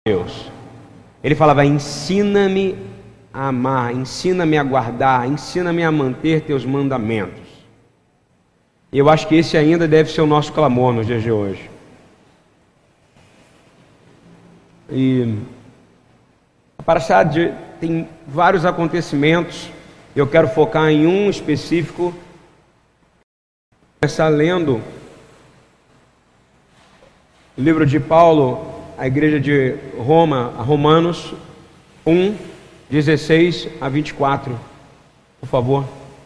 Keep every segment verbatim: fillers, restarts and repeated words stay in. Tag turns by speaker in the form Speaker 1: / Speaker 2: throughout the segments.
Speaker 1: Deus. Ele falava: ensina-me a amar, ensina-me a guardar, ensina-me a manter teus mandamentos. E eu acho que esse ainda deve ser o nosso clamor nos dias de hoje. E a Parashá tem vários acontecimentos. Eu quero focar em um específico. Vou começar lendo o livro de Paulo à igreja de Roma, a Romanos um, dezesseis a vinte e quatro, por favor.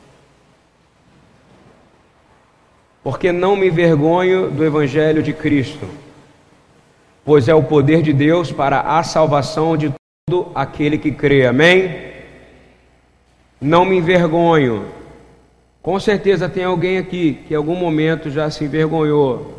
Speaker 1: Porque não me envergonho do evangelho de Cristo, pois é o poder de Deus para a salvação de todo aquele que crê. Amém? Não me envergonho. Com certeza tem alguém aqui que em algum momento já se envergonhou.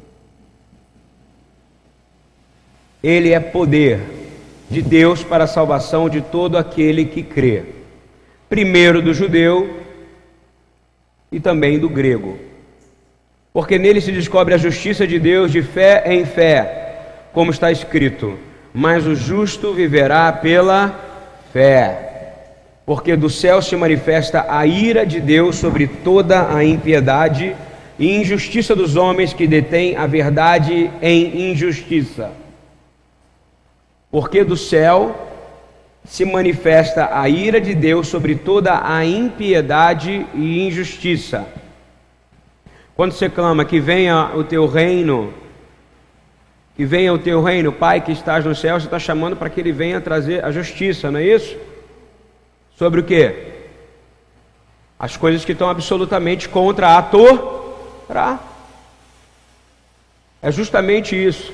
Speaker 1: Ele é poder de Deus para a salvação de todo aquele que crê. Primeiro do judeu e também do grego. Porque nele se descobre a justiça de Deus de fé em fé, como está escrito: mas o justo viverá pela fé. Porque do céu se manifesta a ira de Deus sobre toda a impiedade e injustiça dos homens que detêm a verdade em injustiça. Porque do céu se manifesta a ira de Deus sobre toda a impiedade e injustiça. Quando você clama que venha o teu reino, que venha o teu reino, Pai que estás no céu, você está chamando para que Ele venha trazer a justiça, não é isso? Sobre o quê? As coisas que estão absolutamente contra a Torá. É justamente isso.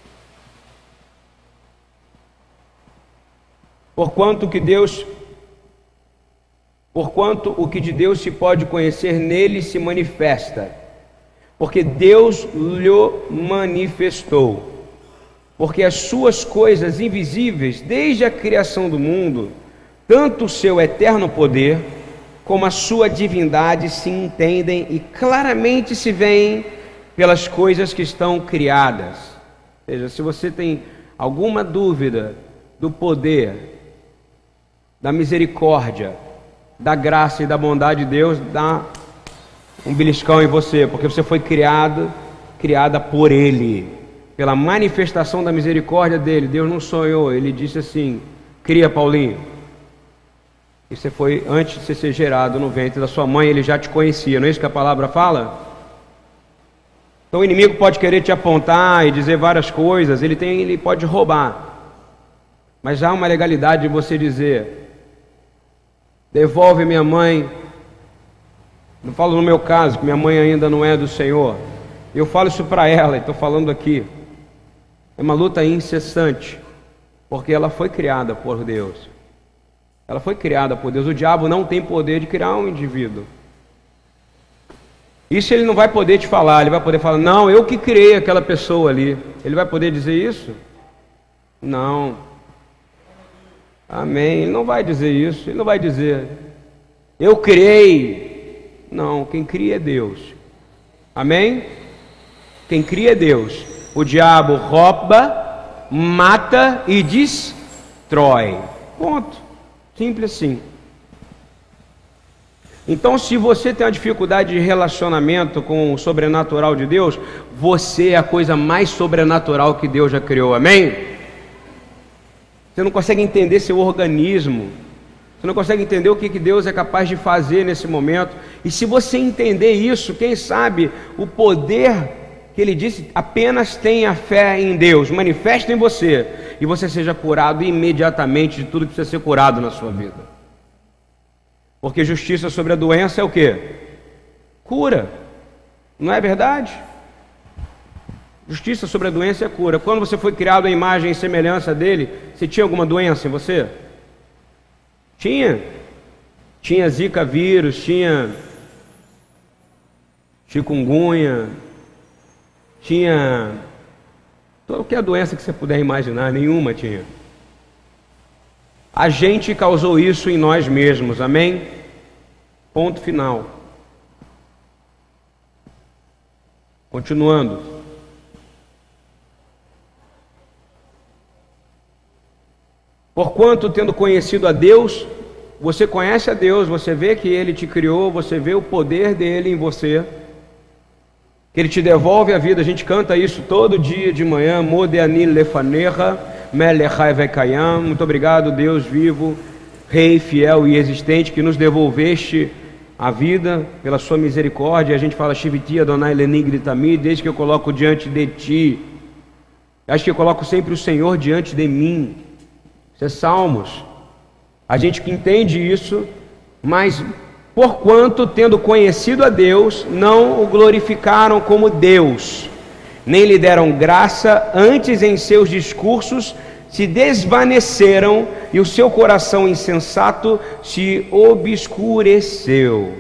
Speaker 1: Porquanto que Deus, porquanto o que de Deus se pode conhecer nele se manifesta, porque Deus lhe manifestou. Porque as suas coisas invisíveis, desde a criação do mundo, tanto o seu eterno poder, como a sua divindade se entendem e claramente se veem pelas coisas que estão criadas. Ou seja, se você tem alguma dúvida do poder, da misericórdia, da graça e da bondade de Deus, dá um beliscão em você, porque você foi criado, criada por Ele, pela manifestação da misericórdia dele. Deus não sonhou, Ele disse assim: cria, Paulinho. E você foi, antes de você ser gerado no ventre da sua mãe, Ele já te conhecia, não é isso que a palavra fala? Então o inimigo pode querer te apontar e dizer várias coisas, ele, tem, ele pode roubar, mas há uma legalidade de você dizer: devolve minha mãe. Não falo no meu caso, que minha mãe ainda não é do Senhor. Eu falo isso para ela e estou falando aqui. É uma luta incessante, porque ela foi criada por Deus. Ela foi criada por Deus. O diabo não tem poder de criar um indivíduo. Isso ele não vai poder te falar. Ele vai poder falar: não, eu que criei aquela pessoa ali. Ele vai poder dizer isso? Não. Amém. Ele não vai dizer isso. Ele não vai dizer: eu criei. Não, quem cria é Deus. Amém? Quem cria é Deus. O diabo rouba, mata e destrói. Ponto. Simples assim. Então, se você tem uma dificuldade de relacionamento com o sobrenatural de Deus, você é a coisa mais sobrenatural que Deus já criou. Amém? Você não consegue entender seu organismo. Você não consegue entender o que Deus é capaz de fazer nesse momento. E se você entender isso, quem sabe o poder que Ele disse: apenas tenha fé em Deus, manifesta em você, e você seja curado imediatamente de tudo que precisa ser curado na sua vida. Porque justiça sobre a doença é o quê? Cura. Não é verdade? Justiça sobre a doença é cura. Quando você foi criado à imagem e semelhança dele, você tinha alguma doença em você? Tinha. Tinha zika vírus, tinha chikungunya, tinha qualquer doença que você puder imaginar, nenhuma tinha. A gente causou isso em nós mesmos, amém? Ponto final. Continuando. Porquanto, tendo conhecido a Deus, você conhece a Deus, você vê que Ele te criou, você vê o poder dEle em você, que Ele te devolve a vida. A gente canta isso todo dia de manhã. Modeani lefanecha, melechai vekayam. Muito obrigado, Deus vivo, Rei fiel e existente, que nos devolveste a vida pela sua misericórdia. A gente fala Shiviti Adonai lenigritami, desde que eu coloco diante de ti. Acho que eu coloco sempre o Senhor diante de mim. Isso é Salmos. A gente que entende isso, mas porquanto, tendo conhecido a Deus, não o glorificaram como Deus, nem lhe deram graça, antes em seus discursos se desvaneceram e o seu coração insensato se obscureceu.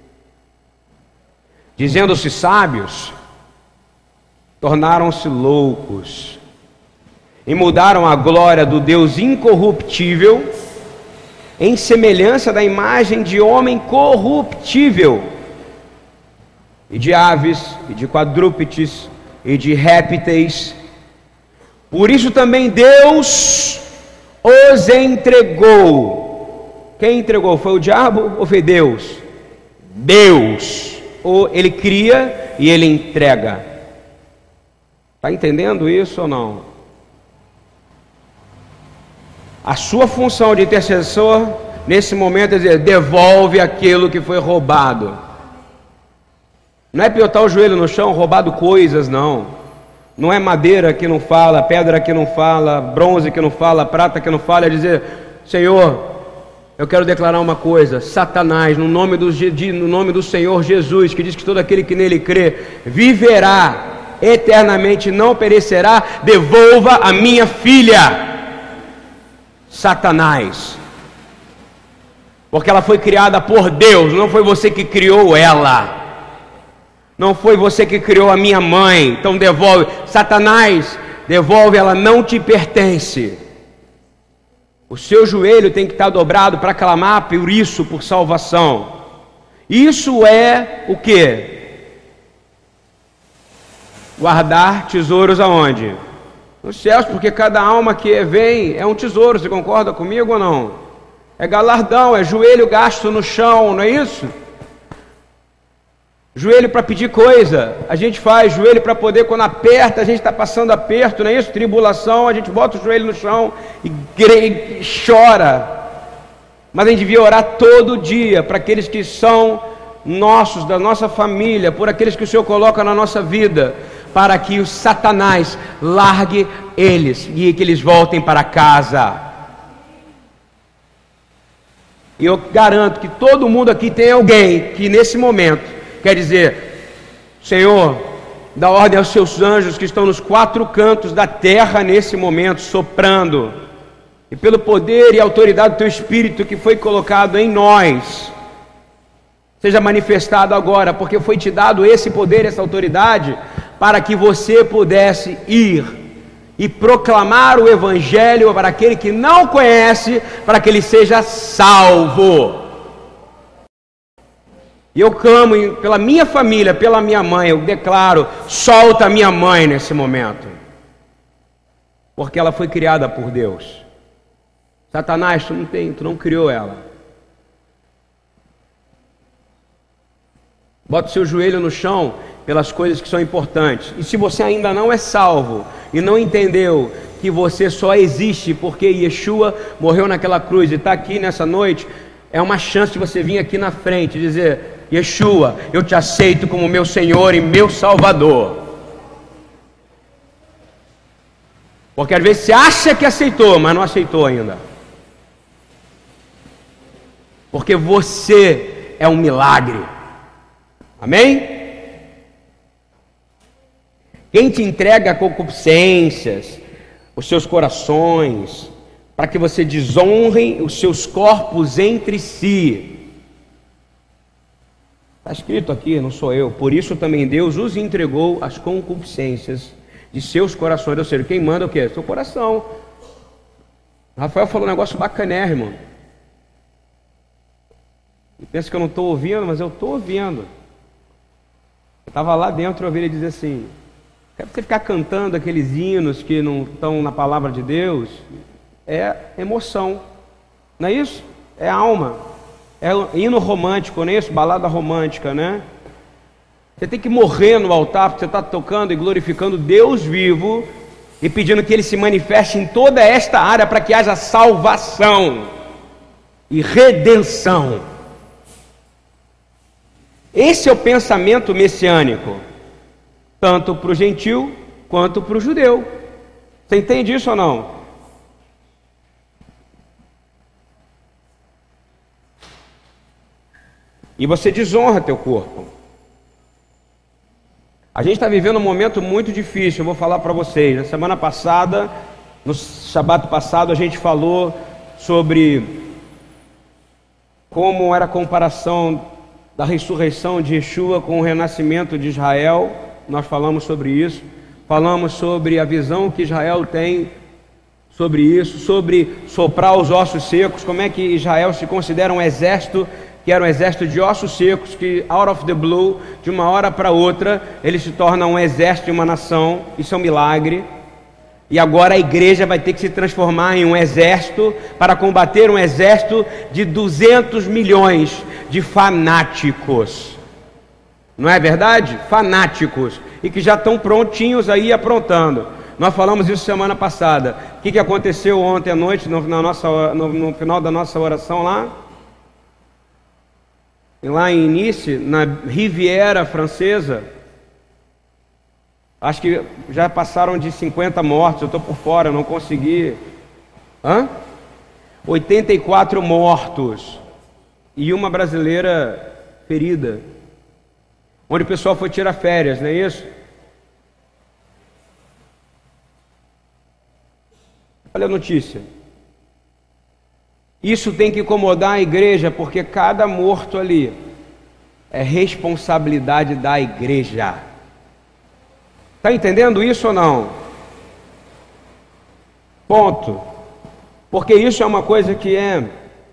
Speaker 1: Dizendo-se sábios, tornaram-se loucos e mudaram a glória do Deus incorruptível em semelhança da imagem de homem corruptível, e de aves, e de quadrúpedes, e de répteis. Por isso também Deus os entregou. Quem entregou? Foi o diabo ou foi Deus? Deus. Ou ele cria e ele entrega. Está entendendo isso ou não? A sua função de intercessor nesse momento é dizer: devolve aquilo que foi roubado. Não é piotar o joelho no chão, roubado coisas, não. Não é madeira que não fala, pedra que não fala, bronze que não fala, prata que não fala. É dizer: Senhor, eu quero declarar uma coisa. Satanás, no nome do, no nome do Senhor Jesus, que diz que todo aquele que nele crê viverá eternamente, não perecerá, devolva a minha filha. Satanás, porque ela foi criada por Deus, não foi você que criou ela, não foi você que criou a minha mãe, então devolve. Satanás, devolve, ela não te pertence. O seu joelho tem que estar dobrado para clamar por isso, por salvação. Isso é o que? Guardar tesouros aonde? Nos céus, porque cada alma que vem é um tesouro. Você concorda comigo ou não? É galardão, é joelho gasto no chão, não é isso? Joelho para pedir coisa, a gente faz. Joelho para poder, quando aperta, a gente está passando aperto, não é isso? Tribulação, a gente bota o joelho no chão e, e chora. Mas a gente devia orar todo dia para aqueles que são nossos, da nossa família, por aqueles que o Senhor coloca na nossa vida, para que o Satanás largue eles e que eles voltem para casa. E eu garanto que todo mundo aqui tem alguém que nesse momento quer dizer: Senhor, dá ordem aos seus anjos que estão nos quatro cantos da terra nesse momento, soprando, e pelo poder e autoridade do Teu Espírito que foi colocado em nós, seja manifestado agora, porque foi te dado esse poder, essa autoridade, para que você pudesse ir e proclamar o Evangelho para aquele que não conhece, para que ele seja salvo. E eu clamo pela minha família, pela minha mãe, eu declaro: solta a minha mãe nesse momento, porque ela foi criada por Deus. Satanás, tu não tem, tu não criou ela. Bota o seu joelho no chão pelas coisas que são importantes. E se você ainda não é salvo e não entendeu que você só existe porque Yeshua morreu naquela cruz e está aqui nessa noite, é uma chance de você vir aqui na frente e dizer: Yeshua, eu te aceito como meu Senhor e meu Salvador. Porque às vezes você acha que aceitou, mas não aceitou ainda. Porque você é um milagre. Amém? Quem te entrega concupiscências, os seus corações, para que você desonre os seus corpos entre si. Está escrito aqui, não sou eu. Por isso também Deus os entregou às concupiscências de seus corações. Ou seja, quem manda o quê? Seu coração. Rafael falou um negócio bacanérrimo. Pensa que eu não estou ouvindo, mas eu estou ouvindo. Eu estava lá dentro e ouvi ele dizer assim: quer você ficar cantando aqueles hinos que não estão na palavra de Deus? é emoção, não é isso? É alma, é hino romântico, não é isso? Balada romântica, né? Você tem que morrer no altar, porque você está tocando e glorificando Deus vivo e pedindo que Ele se manifeste em toda esta área para que haja salvação e redenção. Esse é o pensamento messiânico, tanto para o gentil quanto para o judeu. Você entende isso ou não? E você desonra teu corpo. A gente está vivendo um momento muito difícil, eu vou falar para vocês. Na semana passada, no sábado passado, a gente falou sobre como era a comparação da ressurreição de Yeshua com o renascimento de Israel. Nós falamos sobre isso. Falamos sobre a visão que Israel tem sobre isso, sobre soprar os ossos secos, como é que Israel se considera um exército que era um exército de ossos secos, que out of the blue, de uma hora para outra, ele se torna um exército de uma nação. Isso é um milagre. E agora a igreja vai ter que se transformar em um exército para combater um exército de duzentos milhões de fanáticos. Não é verdade? Fanáticos. E que já estão prontinhos aí, aprontando. Nós falamos isso semana passada. O que, que aconteceu ontem à noite, no, na nossa, no, no final da nossa oração lá? Lá em Nice, na Riviera Francesa, acho que já passaram de cinquenta mortos. Eu estou por fora, não consegui. Hã? oitenta e quatro mortos e uma brasileira ferida, onde o pessoal foi tirar férias, não é isso? Olha a notícia. Isso tem que incomodar a igreja, porque cada morto ali é responsabilidade da igreja. Está entendendo isso ou não? Ponto. Porque isso é uma coisa que é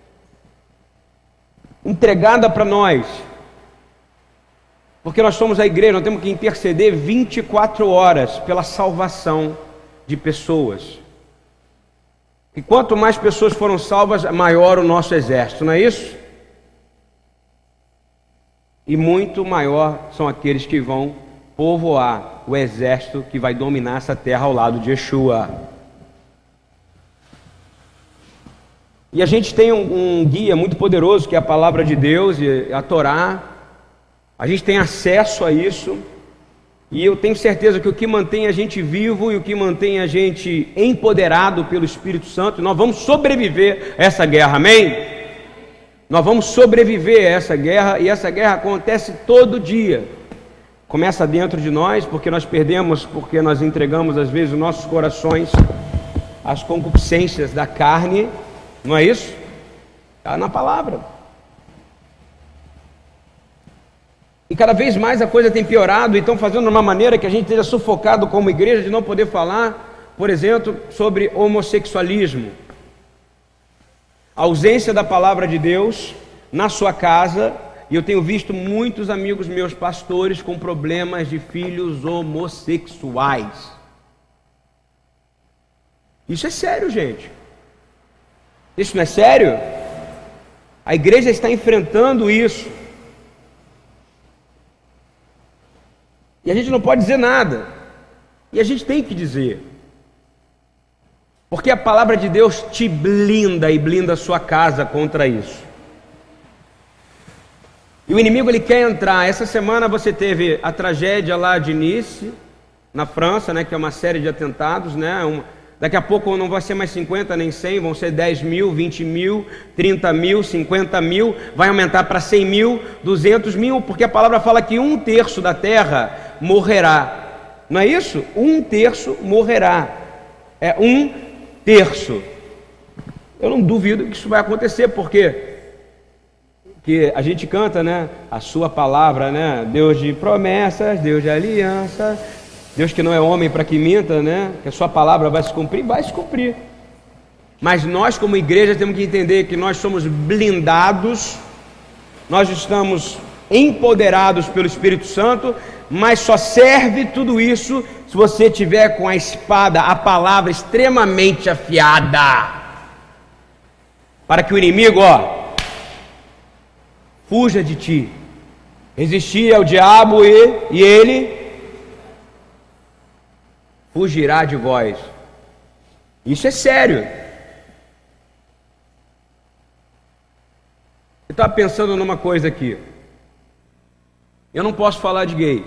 Speaker 1: entregada para nós. Porque nós somos a igreja, nós temos que interceder vinte e quatro horas pela salvação de pessoas. E quanto mais pessoas foram salvas, maior o nosso exército, não é isso? E muito maior são aqueles que vão povoar o exército que vai dominar essa terra ao lado de Yeshua. E a gente tem um, um guia muito poderoso, que é a palavra de Deus e a Torá. A gente tem acesso a isso. E eu tenho certeza que o que mantém a gente vivo e o que mantém a gente empoderado pelo Espírito Santo, nós vamos sobreviver a essa guerra, amém? Nós vamos sobreviver a essa guerra, e essa guerra acontece todo dia. Começa dentro de nós, porque nós perdemos, porque nós entregamos às vezes os nossos corações às concupiscências da carne, não é isso? Está na palavra. E cada vez mais a coisa tem piorado, e estão fazendo de uma maneira que a gente esteja sufocado como igreja de não poder falar, por exemplo, sobre homossexualismo. A ausência da palavra de Deus na sua casa, e eu tenho visto muitos amigos meus pastores com problemas de filhos homossexuais. Isso é sério, gente. Isso não é sério? A igreja está enfrentando isso. E a gente não pode dizer nada. E a gente tem que dizer. Porque a palavra de Deus te blinda e blinda a sua casa contra isso. E o inimigo, ele quer entrar. Essa semana você teve a tragédia lá de Nice, na França, né, que é uma série de atentados, né? Um, daqui a pouco não vai ser mais cinquenta nem cem, vão ser dez mil, vinte mil, trinta mil, cinquenta mil, vai aumentar para cem mil, duzentos mil, porque a palavra fala que um terço da terra morrerá. Não é isso? Um terço morrerá. É um terço. Eu não duvido que isso vai acontecer, porque que a gente canta, né? A sua palavra, né? Deus de promessas, Deus de aliança, Deus que não é homem para que minta, né? Que a sua palavra vai se cumprir, vai se cumprir. Mas nós como igreja temos que entender que nós somos blindados, nós estamos empoderados pelo Espírito Santo, mas só serve tudo isso se você tiver com a espada, a palavra extremamente afiada. para que o inimigo, ó, fuja de ti. Resistir ao diabo e, e ele fugirá de vós. Isso é sério. Eu estava pensando numa coisa aqui. Eu não posso falar de gay.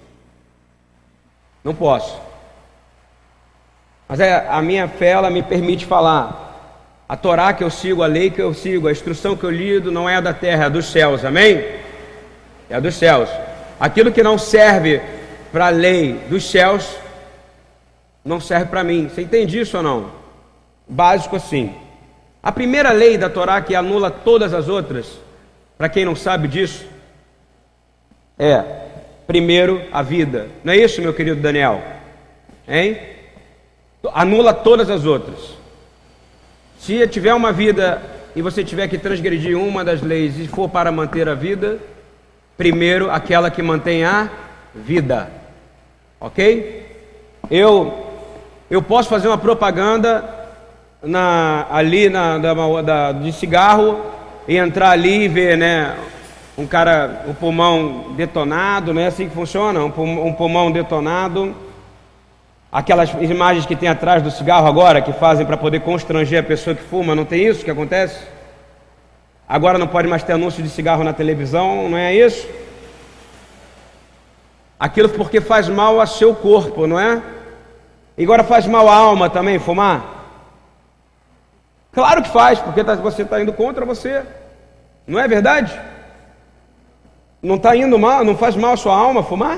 Speaker 1: Não posso. Mas a minha fé, ela me permite falar. A Torá que eu sigo, a lei que eu sigo, a instrução que eu lido não é a da terra, é a dos céus, amém? É a dos céus. Aquilo que não serve para a lei dos céus, não serve para mim. Você entende isso ou não? Básico assim. A primeira lei da Torá que anula todas as outras, para quem não sabe disso, é, primeiro, a vida. Não é isso, meu querido Daniel? Hein? Anula todas as outras. Se tiver uma vida e você tiver que transgredir uma das leis e for para manter a vida, primeiro aquela que mantém a vida. Ok? Eu, eu posso fazer uma propaganda na, ali na, da, da, de cigarro e entrar ali e ver, né, um cara, um pulmão detonado, não é assim que funciona? Um, um pulmão detonado. Aquelas imagens que tem atrás do cigarro agora, que fazem para poder constranger a pessoa que fuma, não tem isso que acontece? Agora não pode mais ter anúncio de cigarro na televisão, não é isso? Aquilo porque faz mal ao seu corpo, não é? E agora faz mal à alma também, fumar? Claro que faz, porque você está indo contra você. Não é verdade? Não está indo mal, não faz mal à sua alma fumar?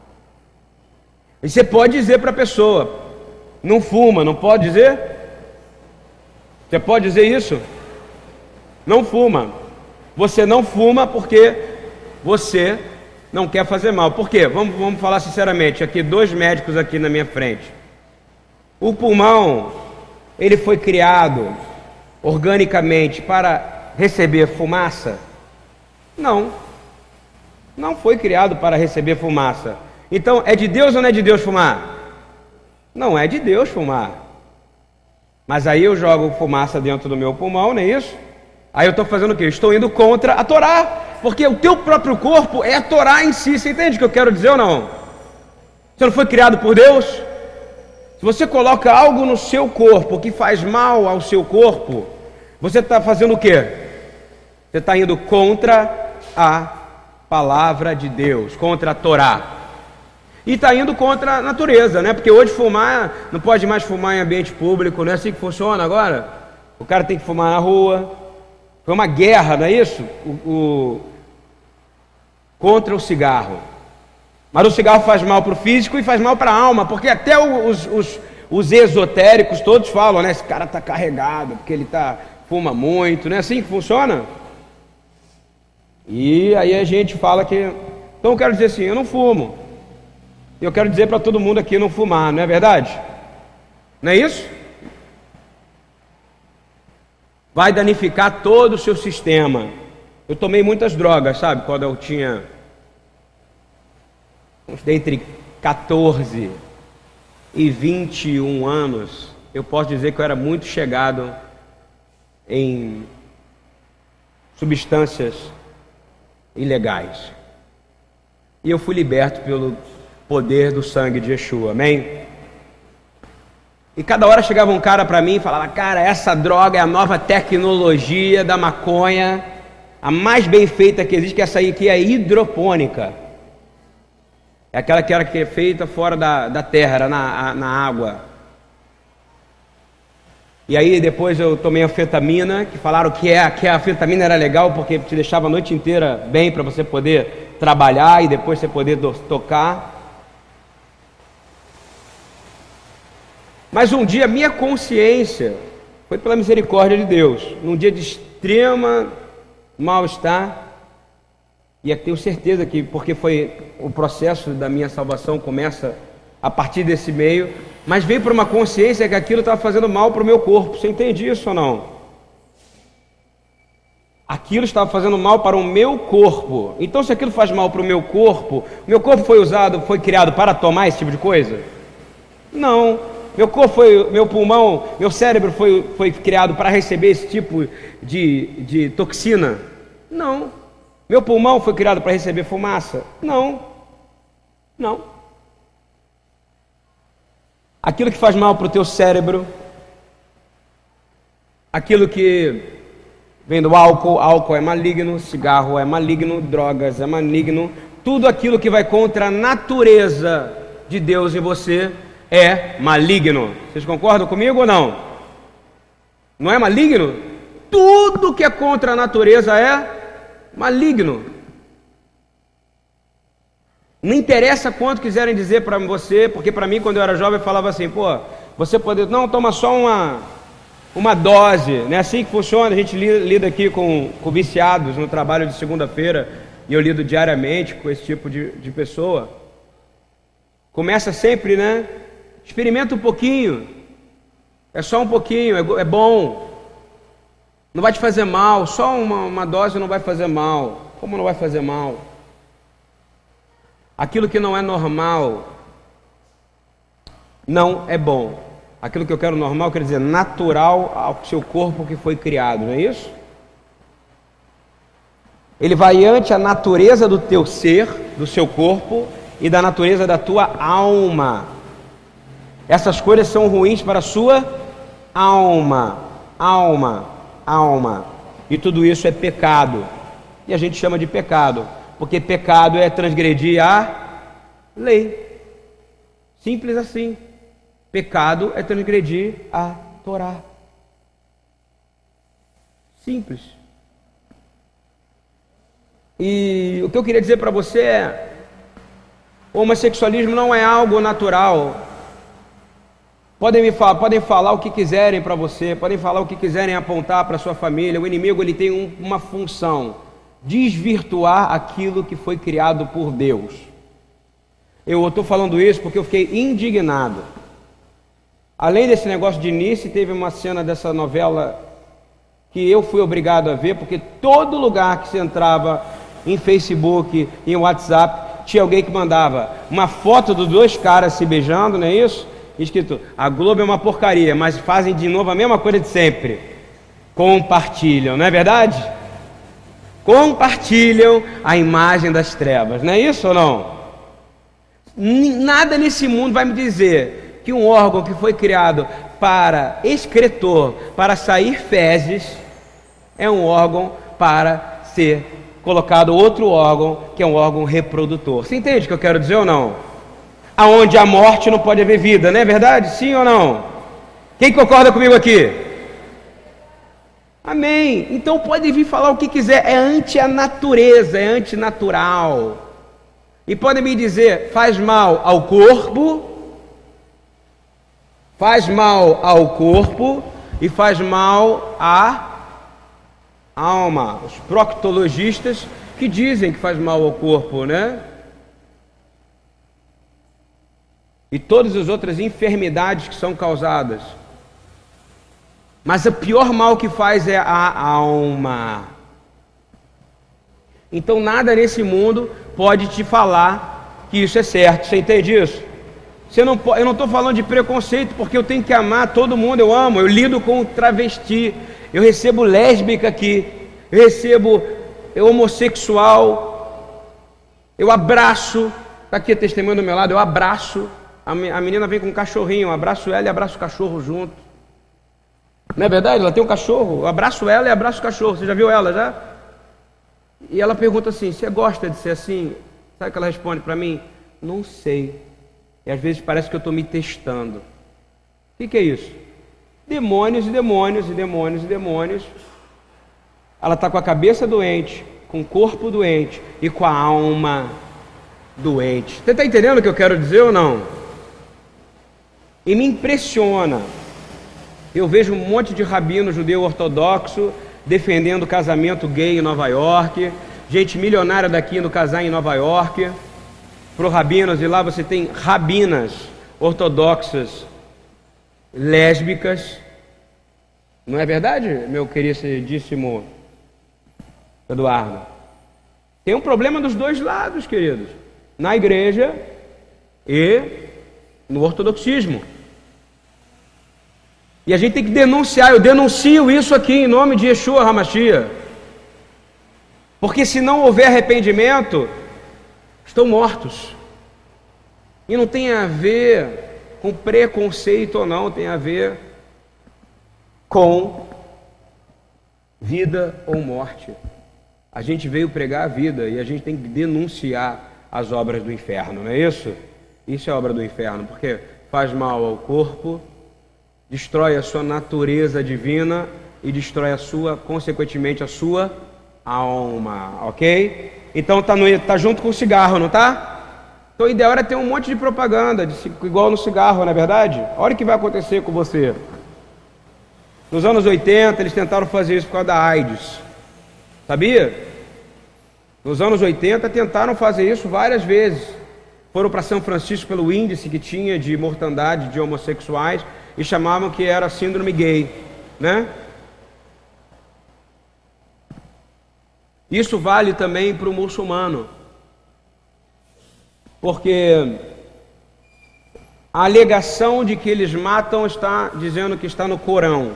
Speaker 1: E você pode dizer para a pessoa, não fuma, não pode dizer? Você pode dizer isso? Não fuma. Você não fuma porque você não quer fazer mal. Por quê? Vamos, vamos falar sinceramente, aqui dois médicos aqui na minha frente. O pulmão, ele foi criado organicamente para receber fumaça? Não. Não foi criado para receber fumaça. Então, é de Deus ou não é de Deus fumar? Não é de Deus fumar. Mas aí eu jogo fumaça dentro do meu pulmão, não é isso? Aí eu estou fazendo o quê? Eu estou indo contra a Torá. Porque o teu próprio corpo é a Torá em si. Você entende o que eu quero dizer ou não? Você não foi criado por Deus? Se você coloca algo no seu corpo que faz mal ao seu corpo, você está fazendo o quê? Você está indo contra a palavra de Deus, contra a Torá. E está indo contra a natureza, né? Porque hoje fumar, não pode mais fumar em ambiente público, não é assim que funciona agora? O cara tem que fumar na rua. Foi uma guerra, não é isso? O, o... Contra o cigarro. Mas o cigarro faz mal para o físico e faz mal para a alma, porque até os, os, os esotéricos todos falam, né? Esse cara está carregado, porque ele tá, fuma muito, não é assim que funciona? E aí a gente fala que... Então eu quero dizer assim, eu não fumo. Eu quero dizer para todo mundo aqui não fumar, não é verdade? Não é isso? Vai danificar todo o seu sistema. Eu tomei muitas drogas, sabe? Quando eu tinha entre catorze e vinte e um anos, eu posso dizer que eu era muito chegado em substâncias ilegais. E eu fui liberto pelo poder do sangue de Yeshua, amém? E cada hora chegava um cara para mim e falava, cara, essa droga é a nova tecnologia da maconha, a mais bem feita que existe, que essa aí aqui é hidropônica. É aquela que era que é feita fora da, da terra, era na, na água. E aí depois eu tomei anfetamina, que falaram que, é, que a anfetamina era legal porque te deixava a noite inteira bem para você poder trabalhar e depois você poder do, tocar. Mas um dia minha consciência, foi pela misericórdia de Deus, num dia de extrema mal-estar, e eu tenho certeza que, porque foi o processo da minha salvação começa a partir desse meio, mas veio para uma consciência que aquilo estava fazendo mal para o meu corpo. Você entende isso ou não? Aquilo estava fazendo mal para o meu corpo. Então, se aquilo faz mal para o meu corpo, o meu corpo foi usado, foi criado para tomar esse tipo de coisa? Não. meu corpo foi, meu pulmão, meu cérebro foi, foi criado para receber esse tipo de, de toxina? Não. Meu pulmão foi criado para receber fumaça? Não. Não. Aquilo que faz mal para o teu cérebro, aquilo que vem do álcool, álcool é maligno, cigarro é maligno, drogas é maligno, tudo aquilo que vai contra a natureza de Deus em você é maligno. Vocês concordam comigo ou não? Não é maligno? Tudo que é contra a natureza é maligno. Não interessa quanto quiserem dizer para você, porque para mim, quando eu era jovem, eu falava assim, pô, você pode, não, toma só uma, uma dose, não é assim que funciona. A gente lida aqui com, com viciados no trabalho de segunda-feira, e eu lido diariamente com esse tipo de, de pessoa. Começa sempre, né? Experimenta um pouquinho, é só um pouquinho, é, é bom, não vai te fazer mal, só uma, uma dose não vai fazer mal. Como não vai fazer mal? Aquilo que não é normal não é bom. Aquilo que eu quero normal quer dizer natural ao seu corpo que foi criado, não é isso? Ele vai ante a natureza do teu ser, do seu corpo e da natureza da tua alma. Essas coisas são ruins para a sua alma, alma, alma. E tudo isso é pecado. E a gente chama de pecado, porque pecado é transgredir a lei. Simples assim. Pecado é transgredir a Torá. Simples. E o que eu queria dizer para você é: o homossexualismo não é algo natural. Podem me falar, podem falar o que quiserem para você, podem falar o que quiserem apontar para sua família. O inimigo ele tem um, uma função: desvirtuar aquilo que foi criado por Deus. Eu estou falando isso porque eu fiquei indignado. Além desse negócio de início, teve uma cena dessa novela que eu fui obrigado a ver, porque todo lugar que você entrava, em Facebook, em WhatsApp, tinha alguém que mandava uma foto dos dois caras se beijando, não é isso? Escrito: a Globo é uma porcaria, mas fazem de novo a mesma coisa de sempre. Compartilham, não é verdade? Compartilham a imagem das trevas, não é isso ou não? Nada nesse mundo vai me dizer que um órgão que foi criado para excretor, para sair fezes, é um órgão para ser colocado outro órgão, que é um órgão reprodutor. Você entende o que eu quero dizer ou não? Aonde há morte não pode haver vida, não é verdade? Sim ou não? Quem concorda comigo aqui? Amém. Então pode vir falar o que quiser, é ante a natureza, é antinatural. E podem me dizer, faz mal ao corpo, faz mal ao corpo e faz mal à alma. Os proctologistas que dizem que faz mal ao corpo, né? E todas as outras enfermidades que são causadas. Mas o pior mal que faz é a alma. Então nada nesse mundo pode te falar que isso é certo. Você entende isso? Você não, eu não estou falando de preconceito, porque eu tenho que amar todo mundo, eu amo. Eu lido com travesti, eu recebo lésbica aqui, eu recebo homossexual, eu abraço. Está aqui a testemunha do meu lado, eu abraço. A menina vem com um cachorrinho, eu abraço ela e abraço o cachorro junto. Não é verdade? Ela tem um cachorro, eu abraço ela e abraço o cachorro. Você já viu ela, já? E ela pergunta assim, você gosta de ser assim? Sabe o que ela responde para mim? Não sei. E às vezes parece que eu estou me testando. O que, que é isso? Demônios e demônios e demônios e demônios. Ela está com a cabeça doente, com o corpo doente e com a alma doente. Você está entendendo o que eu quero dizer ou não? E me impressiona. Eu vejo um monte de rabino judeu ortodoxo defendendo o casamento gay em Nova York, gente milionária daqui indo casar em Nova York, pro rabinos, e lá você tem rabinas ortodoxas lésbicas. Não é verdade, meu queridíssimo Eduardo? Tem um problema dos dois lados, queridos, na igreja e no ortodoxismo. E a gente tem que denunciar. Eu denuncio isso aqui em nome de Yeshua HaMashiach. Porque se não houver arrependimento, estão mortos. E não tem a ver com preconceito ou não, tem a ver com vida ou morte. A gente veio pregar a vida e a gente tem que denunciar as obras do inferno, não é isso? Isso é obra do inferno, porque faz mal ao corpo, destrói a sua natureza divina e destrói a sua, consequentemente, a sua alma, ok? Então tá, no, tá junto com o cigarro, não tá? Então o ideal era ter um monte de propaganda, de, igual no cigarro, não é verdade? Olha o que vai acontecer com você. Nos anos oitenta, eles tentaram fazer isso por causa da AIDS. Sabia? Nos anos oitenta, tentaram fazer isso várias vezes. Foram para São Francisco pelo índice que tinha de mortandade de homossexuais e chamavam que era síndrome gay, né? Isso vale também para o muçulmano. Porque a alegação de que eles matam está dizendo que está no Corão.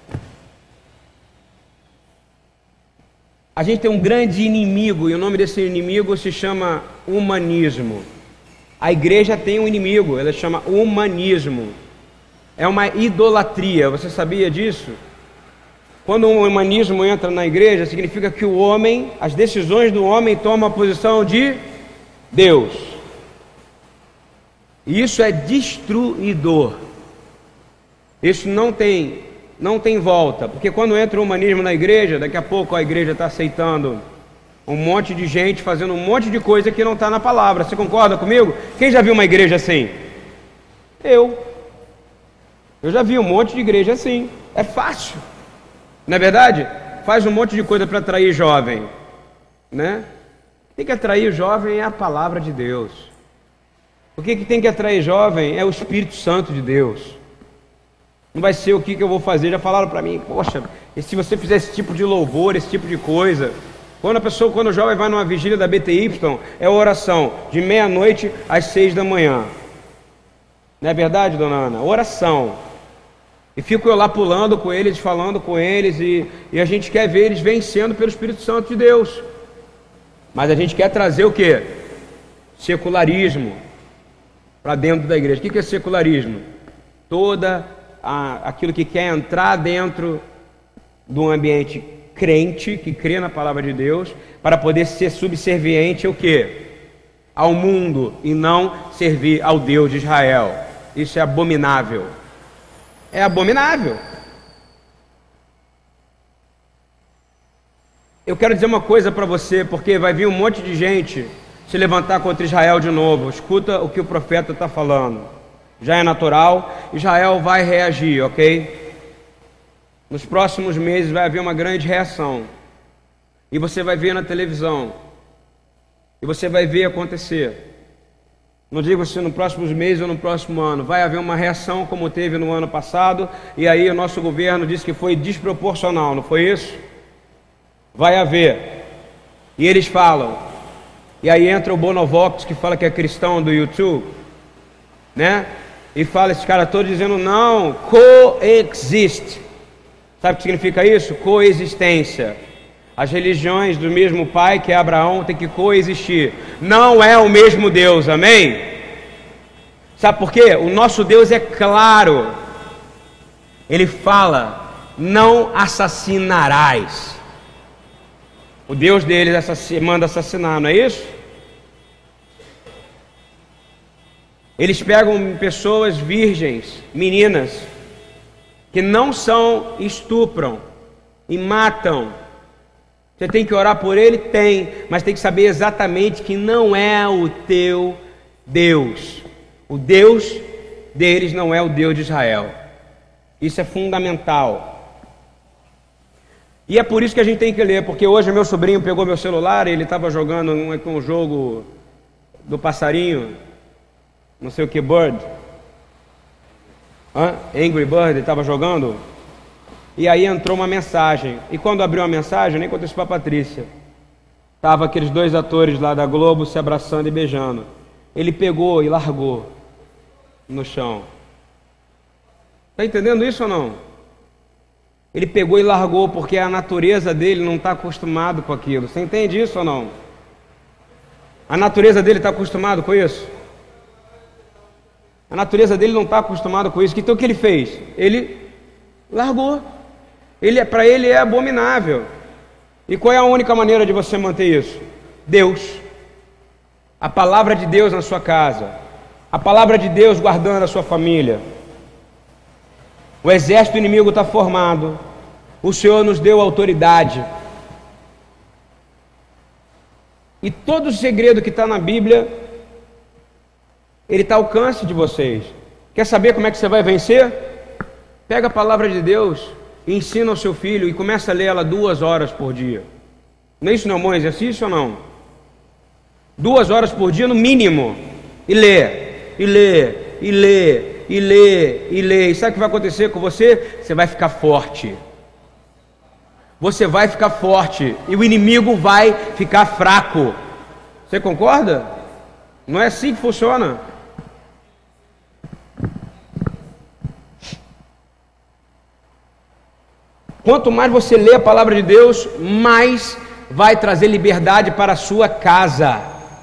Speaker 1: A gente tem um grande inimigo, e o nome desse inimigo se chama humanismo. A igreja tem um inimigo, ela chama humanismo. É uma idolatria, você sabia disso? Quando o humanismo entra na igreja, significa que o homem, as decisões do homem tomam a posição de Deus. E isso é destruidor. Isso não tem, não tem volta, porque quando entra o humanismo na igreja, daqui a pouco a igreja está aceitando um monte de gente fazendo um monte de coisa que não está na palavra. Você concorda comigo? Quem já viu uma igreja assim? Eu. Eu já vi um monte de igreja assim. É fácil. Não é verdade? Faz um monte de coisa para atrair jovem, né? Tem que atrair o jovem é a palavra de Deus. O que, que tem que atrair jovem é o Espírito Santo de Deus. Não vai ser o que, que eu vou fazer. Já falaram para mim, poxa, e se você fizer esse tipo de louvor, esse tipo de coisa? Quando a pessoa, quando o jovem vai numa vigília da B T Y, é oração de meia-noite às seis da manhã. Não é verdade, dona Ana? Oração. E fico eu lá pulando com eles, falando com eles, e, e a gente quer ver eles vencendo pelo Espírito Santo de Deus. Mas a gente quer trazer o quê? Secularismo para dentro da igreja. O que é secularismo? Toda a, aquilo que quer entrar dentro de um ambiente crente, que crê na palavra de Deus, para poder ser subserviente ao quê? Ao mundo, e não servir ao Deus de Israel. Isso é abominável. É abominável. Eu quero dizer uma coisa para você, porque vai vir um monte de gente se levantar contra Israel de novo. Escuta o que o profeta está falando. Já é natural, Israel vai reagir, ok? Nos próximos meses vai haver uma grande reação. E você vai ver na televisão. E você vai ver acontecer. Não digo se no próximos meses ou no próximo ano. Vai haver uma reação como teve no ano passado. E aí o nosso governo disse que foi desproporcional, não foi isso? Vai haver. E eles falam. E aí entra o Bonovox, que fala que é cristão do YouTube, né? E fala, esses caras todos dizendo, não, coexiste. Sabe o que significa isso? Coexistência. As religiões do mesmo pai, que é Abraão, tem que coexistir. Não é o mesmo Deus, amém? Sabe por quê? O nosso Deus é claro. Ele fala, não assassinarás. O Deus deles assass- manda assassinar, não é isso? Eles pegam pessoas virgens, meninas, que não são, estupram e matam. Você tem que orar por ele? Tem, mas tem que saber exatamente que não é o teu Deus. O Deus deles não é o Deus de Israel. Isso é fundamental. E é por isso que a gente tem que ler, porque hoje meu sobrinho pegou meu celular e ele estava jogando um, um jogo do passarinho, não sei o que, Bird, Hã? Angry Bird, ele estava jogando. E aí entrou uma mensagem. E quando abriu a mensagem, eu nem contei isso para a Patrícia. Tava aqueles dois atores lá da Globo se abraçando e beijando. Ele pegou e largou no chão. Está entendendo isso ou não? Ele pegou e largou porque a natureza dele não está acostumado com aquilo. Você entende isso ou não? A natureza dele está acostumado com isso? A natureza dele não está acostumada com isso. Então o que ele fez? Ele largou. Ele, para ele é abominável. E qual é a única maneira de você manter isso? Deus. A palavra de Deus na sua casa. A palavra de Deus guardando a sua família. O exército inimigo está formado. O Senhor nos deu autoridade. E todo o segredo que está na Bíblia, ele está ao alcance de vocês. Quer saber como é que você vai vencer? Pega a palavra de Deus e ensina ao seu filho e começa a ler ela duas horas por dia. Não é isso, não é um bom exercício ou não? Duas horas por dia no mínimo. E lê, e lê, e lê, e lê, e lê. E sabe o que vai acontecer com você? Você vai ficar forte. Você vai ficar forte. E o inimigo vai ficar fraco. Você concorda? Não é assim que funciona? Quanto mais você lê a palavra de Deus, mais vai trazer liberdade para a sua casa.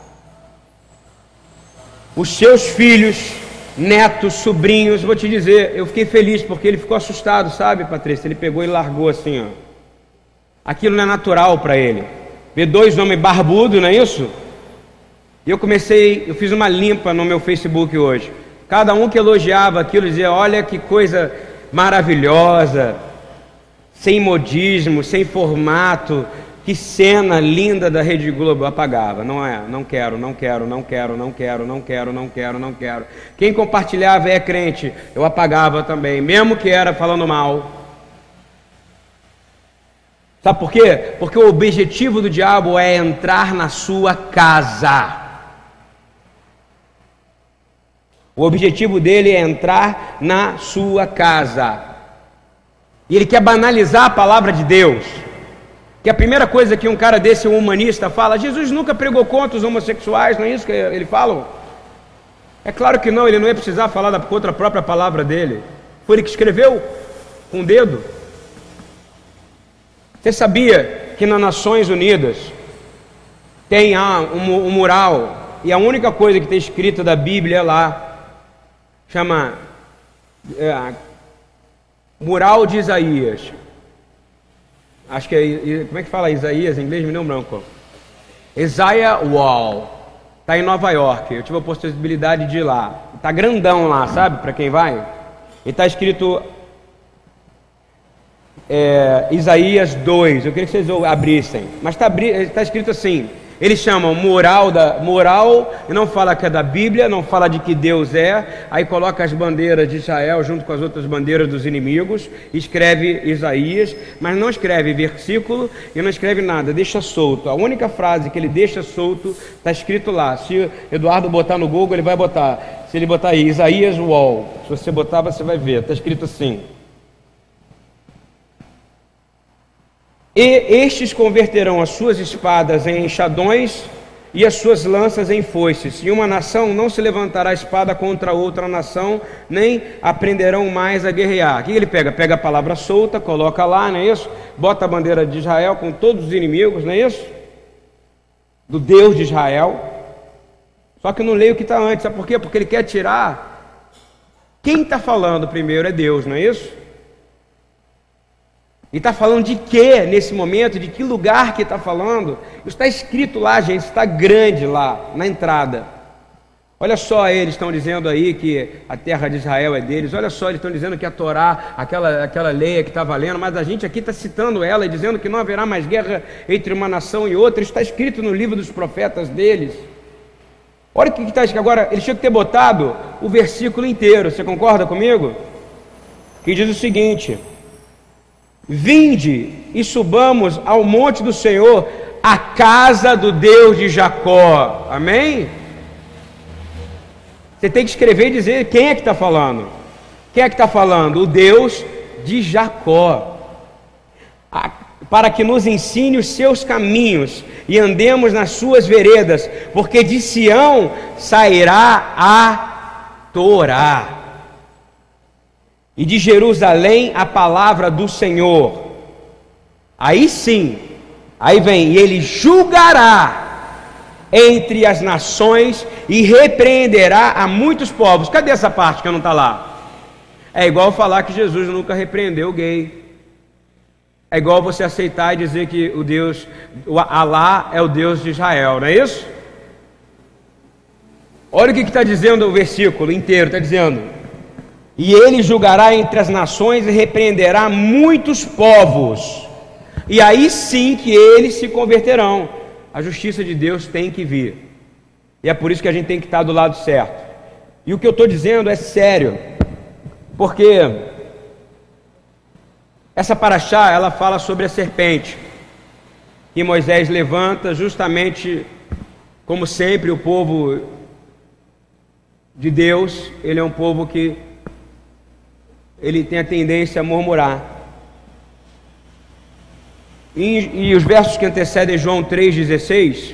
Speaker 1: Os seus filhos, netos, sobrinhos, vou te dizer, eu fiquei feliz porque ele ficou assustado, sabe, Patrícia? Ele pegou e largou assim, ó. Aquilo não é natural para ele. Ver dois homens barbudos, não é isso? E eu comecei, eu fiz uma limpa no meu Facebook hoje. Cada um que elogiava aquilo dizia: olha que coisa maravilhosa, sem modismo, sem formato, que cena linda da Rede Globo. Eu apagava, não é, não quero, não quero, não quero, não quero, não quero, não quero, não quero. Quem compartilhava é crente, eu apagava também, mesmo que era falando mal. Sabe por quê? Porque o objetivo do diabo é entrar na sua casa. O objetivo dele é entrar na sua casa. E ele quer banalizar a palavra de Deus. Que a primeira coisa que um cara desse, um humanista, fala: Jesus nunca pregou contra os homossexuais, não é isso que ele fala? É claro que não, ele não ia precisar falar da, contra a própria palavra dele. Foi ele que escreveu com o dedo. Você sabia que nas Nações Unidas tem ah, um, um mural, e a única coisa que tem escrito da Bíblia lá, chama é, Mural de Isaías. Acho que é, como é que fala Isaías em inglês? Me deu um branco. Isaiah Wall. Está em Nova York. Eu tive a possibilidade de ir lá. Está grandão lá, sabe? Para quem vai. E está escrito é, Isaías dois. Eu queria que vocês abrissem. Mas está tá escrito assim. Eles chamam mural, da, mural, e não fala que é da Bíblia, não fala de que Deus é, aí coloca as bandeiras de Israel junto com as outras bandeiras dos inimigos, escreve Isaías, mas não escreve versículo e não escreve nada, deixa solto. A única frase que ele deixa solto está escrito lá. Se Eduardo botar no Google, ele vai botar. Se ele botar aí, Isaías Wall, se você botar, você vai ver, está escrito assim: e estes converterão as suas espadas em enxadões e as suas lanças em foices, e uma nação não se levantará espada contra outra nação, nem aprenderão mais a guerrear. O que ele pega? Pega a palavra solta, coloca lá, não é isso? Bota a bandeira de Israel com todos os inimigos, não é isso? Do Deus de Israel. Só que não leio o que está antes, sabe por quê? Porque ele quer tirar. Quem está falando primeiro é Deus, não é isso? E está falando de quê nesse momento? De que lugar que está falando? Isso está escrito lá, gente, está grande lá, na entrada. Olha só, eles estão dizendo aí que a terra de Israel é deles. Olha só, eles estão dizendo que a Torá, aquela, aquela lei que está valendo, mas a gente aqui está citando ela e dizendo que não haverá mais guerra entre uma nação e outra. Isso está escrito no livro dos profetas deles. Olha o que está escrito. Agora, eles tinham que ter botado o versículo inteiro. Você concorda comigo? Que diz o seguinte: vinde e subamos ao monte do Senhor, a casa do Deus de Jacó. Amém? Você tem que escrever e dizer quem é que está falando. Quem é que está falando? O Deus de Jacó. Para que nos ensine os seus caminhos e andemos nas suas veredas, porque de Sião sairá a Torá. e de Jerusalém a palavra do Senhor. Aí sim, aí vem, e ele julgará entre as nações e repreenderá a muitos povos. Cadê essa parte que não está lá? É igual falar que Jesus nunca repreendeu o gay. É igual você aceitar e dizer que o Deus, o Alá é o Deus de Israel, não é isso? Olha o que está dizendo o versículo inteiro, está dizendo: e ele julgará entre as nações e repreenderá muitos povos, e aí sim que eles se converterão. A justiça de Deus tem que vir, e é por isso que a gente tem que estar do lado certo. E o que eu estou dizendo é sério, porque essa paraxá, ela fala sobre a serpente que Moisés levanta, justamente como sempre o povo de Deus, ele é um povo que ele tem a tendência a murmurar. E, e os versos que antecedem João três dezesseis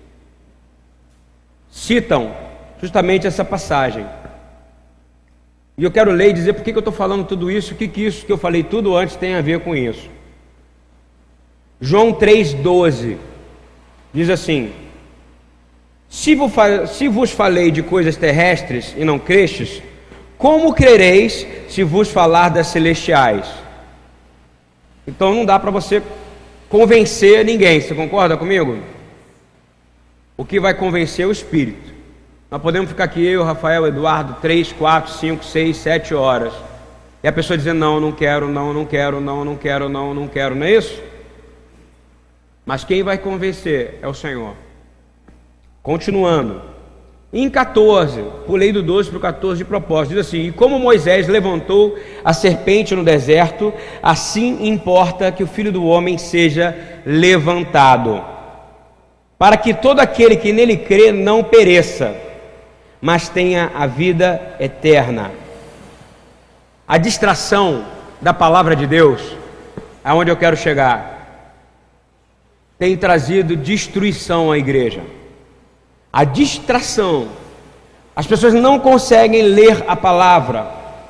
Speaker 1: citam justamente essa passagem. E eu quero ler e dizer por que eu estou falando tudo isso, o que, que isso que eu falei tudo antes tem a ver com isso. João três doze diz assim: se vos, se vos falei de coisas terrestres e não crestes, como crereis se vos falar das celestiais? Então não dá para você convencer ninguém, você concorda comigo? O que vai convencer é o Espírito. Nós podemos ficar aqui, eu, Rafael, Eduardo, três, quatro, cinco, seis, sete horas, e a pessoa dizendo: não, não quero, não, não quero, não, não quero, não, não quero, não é isso? Mas quem vai convencer é o Senhor. Continuando, em quatorze, pulei do doze para o quatorze de propósito, diz assim: e como Moisés levantou a serpente no deserto, assim importa que o Filho do Homem seja levantado, para que todo aquele que nele crê não pereça, mas tenha a vida eterna. A distração da palavra de Deus, aonde eu quero chegar, tem trazido destruição à igreja. A distração, as pessoas não conseguem ler a palavra,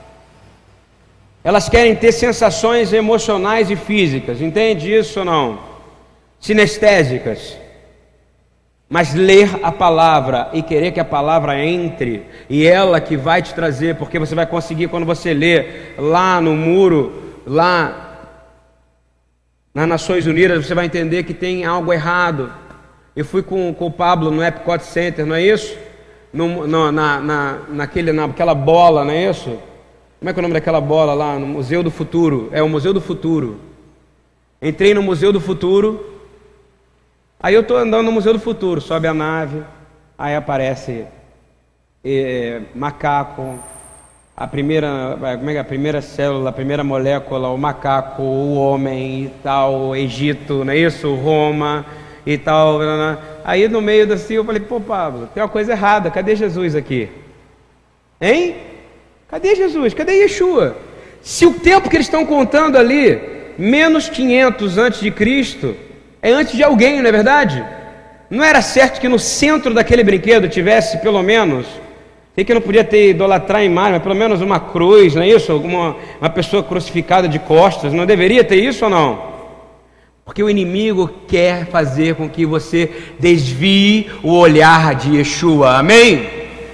Speaker 1: elas querem ter sensações emocionais e físicas, entende isso ou não? Sinestésicas. Mas ler a palavra e querer que a palavra entre, e ela que vai te trazer, porque você vai conseguir quando você lê lá no muro, lá nas Nações Unidas, você vai entender que tem algo errado. Eu fui com, com o Pablo no Epcot Center, não é isso? No, no, na, na, naquele, naquela bola, não é isso? Como é que é o nome daquela bola lá? No Museu do Futuro. É o Museu do Futuro. Entrei no Museu do Futuro. Aí eu estou andando no Museu do Futuro, sobe a nave, aí aparece é, macaco, a primeira, como é que é? A primeira célula, a primeira molécula, o macaco, o homem e tal, Egito, não é isso? Roma e tal. Aí no meio assim eu falei: pô, Pablo, tem uma coisa errada, cadê Jesus aqui? Hein? Cadê Jesus? Cadê Yeshua? Se o tempo que eles estão contando ali, menos quinhentos antes de Cristo, é antes de alguém, não é verdade? Não era certo que no centro daquele brinquedo tivesse pelo menos, sei que não podia ter idolatrar a imagem, mas pelo menos uma cruz, não é isso? Alguma, uma pessoa crucificada de costas, não deveria ter isso ou não? Porque o inimigo quer fazer com que você desvie o olhar de Yeshua, amém?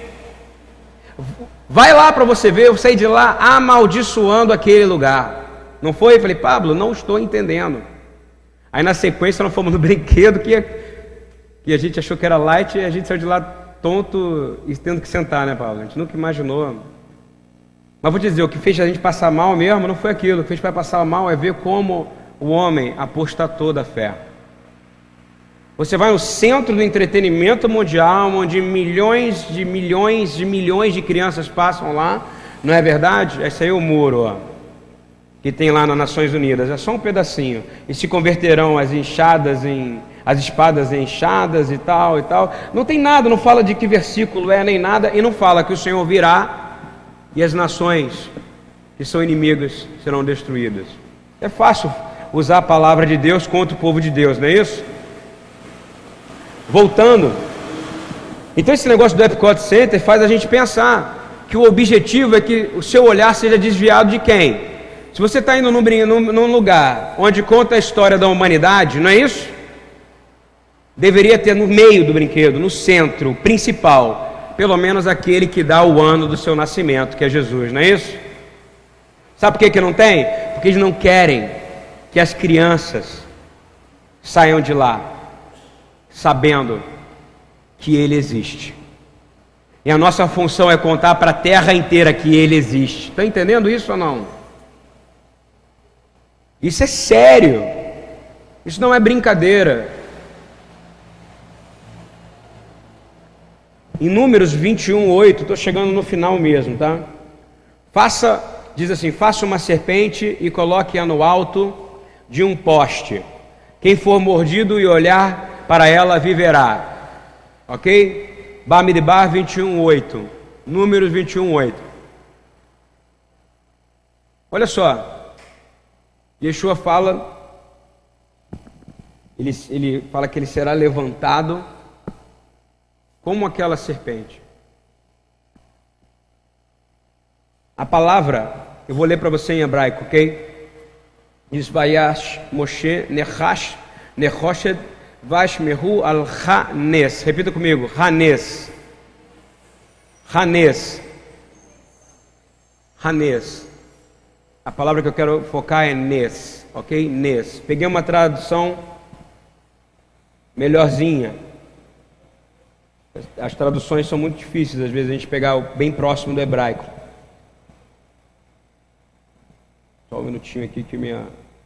Speaker 1: Vai lá para você ver, eu saí de lá amaldiçoando aquele lugar, não foi? Eu falei: Pablo, não estou entendendo. Aí na sequência nós fomos no brinquedo que, que a gente achou que era light, e a gente saiu de lá tonto e tendo que sentar, né, Paulo? A gente nunca imaginou. Mas vou te dizer, o que fez a gente passar mal mesmo não foi aquilo. O que fez para passar mal é ver como o homem apostatou da fé. Você vai no centro do entretenimento mundial, onde milhões de milhões de milhões de crianças passam lá, não é verdade? Esse aí é o muro, ó, que tem lá nas Nações Unidas, é só um pedacinho, e se converterão as enxadas em, as espadas em enxadas e tal e tal, não tem nada, não fala de que versículo é nem nada, e não fala que o Senhor virá e as nações que são inimigas serão destruídas. É fácil usar a palavra de Deus contra o povo de Deus, não é isso? Voltando, então esse negócio do Epcot Center faz a gente pensar que o objetivo é que o seu olhar seja desviado de quem? Se você está indo num, num, num lugar onde conta a história da humanidade, não é isso? Deveria ter no meio do brinquedo, no centro principal, pelo menos aquele que dá o ano do seu nascimento, que é Jesus, não é isso? Sabe por que que não tem? Porque eles não querem que as crianças saiam de lá sabendo que Ele existe. E a nossa função é contar para a terra inteira que Ele existe. Está entendendo isso ou não? Isso é sério. Isso não é brincadeira. Em Números vinte e um, oito, estou chegando no final mesmo, tá? Faça, diz assim, faça uma serpente e coloque-a no alto de um poste. Quem for mordido e olhar para ela viverá. Ok? Bamidbar vinte e um, oito. Números vinte e um, oito. Olha só. Yeshua fala, ele, ele fala que ele será levantado como aquela serpente. A palavra, eu vou ler para você em hebraico, ok? Diz Vayash Moshe Nechash Nechoshed Vashmehu al Hanes. Repita comigo, Hanes. Hanes. Hanes. A palavra que eu quero focar é Nes, ok? Nes. Peguei uma tradução melhorzinha. As traduções são muito difíceis, às vezes a gente pegar o bem próximo do hebraico. Só um minutinho aqui que minha...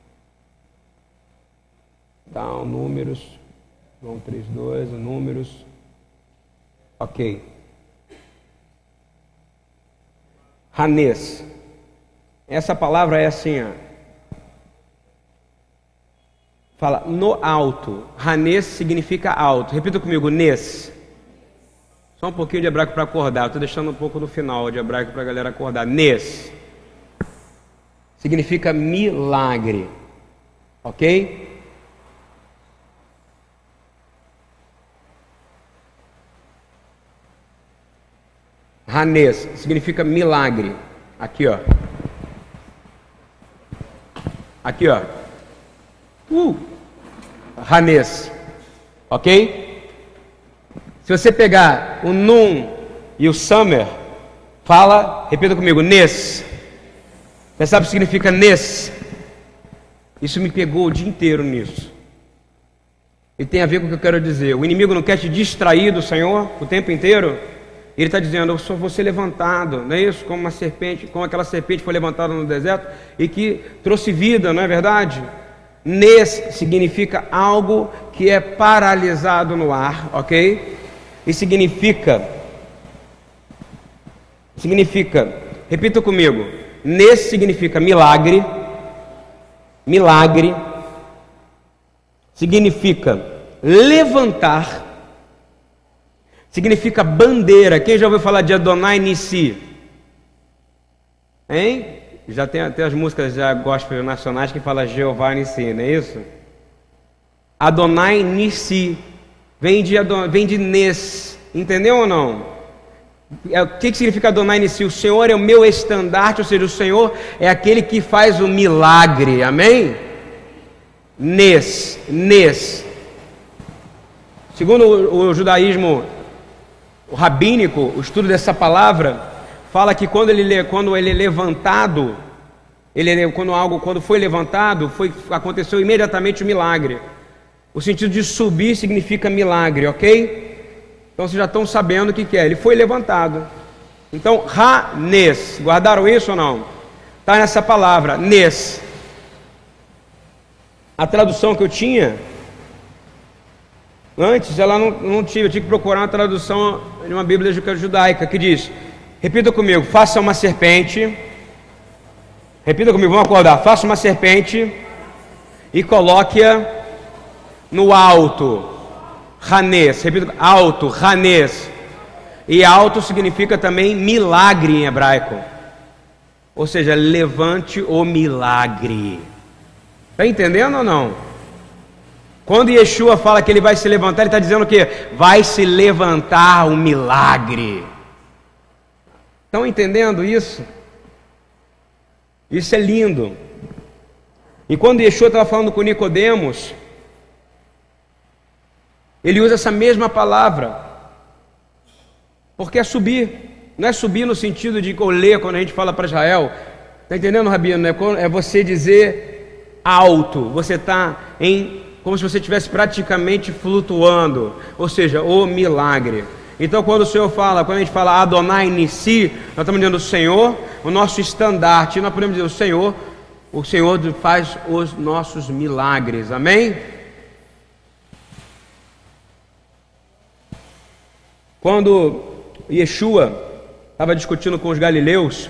Speaker 1: Down, números... João três, dois, números... Ok. Hanes. Essa palavra é assim, ó. Fala no alto. Hanes significa alto. Repita comigo, Nes. Só um pouquinho de hebraico para acordar. Estou deixando um pouco no final de hebraico para a galera acordar. Nes significa milagre. Ok? Hanes significa milagre. Aqui, ó. Aqui, ó. Uh! Hanes. Ok? Se você pegar o Nun e o Summer, fala, repita comigo, Nes. Você sabe o que significa Nes? Isso me pegou o dia inteiro nisso. E tem a ver com o que eu quero dizer. O inimigo não quer te distrair do Senhor o tempo inteiro. Ele está dizendo, eu só vou ser levantado, não é isso? Como uma serpente, como aquela serpente foi levantada no deserto e que trouxe vida, não é verdade? Nes significa algo que é paralisado no ar, ok? E significa, significa, repita comigo, Nes significa milagre, milagre, significa levantar, significa bandeira. Quem já ouviu falar de Adonai Nissi? Hein? Já tem até as músicas já gospel nacionais que falam Jeová Nissi, não é isso? Adonai Nissi vem de, Adon... vem de Nes, entendeu ou não? O que, que significa Adonai Nissi? O Senhor é o meu estandarte, ou seja, o Senhor é aquele que faz o milagre, amém? Nes, Nes. Segundo o, o judaísmo o rabínico, o estudo dessa palavra fala que quando ele, quando ele é levantado, ele, quando algo quando foi levantado, foi, aconteceu imediatamente o milagre. O sentido de subir significa milagre, ok? Então vocês já estão sabendo o que, que é. Ele foi levantado. Então, Hanes, guardaram isso ou não? Está nessa palavra, Nes. A tradução que eu tinha antes, ela não, não tinha, eu tinha que procurar uma tradução de uma Bíblia judaica que diz, repita comigo, faça uma serpente, repita comigo, vamos acordar, faça uma serpente e coloque-a no alto, Hanes, repita, alto, Hanes, e alto significa também milagre em hebraico, ou seja, levante o milagre. Está entendendo ou não? Quando Yeshua fala que ele vai se levantar, ele está dizendo o quê? Vai se levantar um milagre. Estão entendendo isso? Isso é lindo. E quando Yeshua estava falando com Nicodemos, ele usa essa mesma palavra, porque é subir. Não é subir no sentido de colher, quando a gente fala para Israel. Está entendendo, Rabino? É você dizer alto. Você está em, como se você estivesse praticamente flutuando. Ou seja, o milagre. Então, quando o Senhor fala, quando a gente fala Adonai Nissi, nós estamos dizendo o Senhor, o nosso estandarte. Nós podemos dizer o Senhor, o Senhor faz os nossos milagres. Amém? Quando Yeshua estava discutindo com os galileus,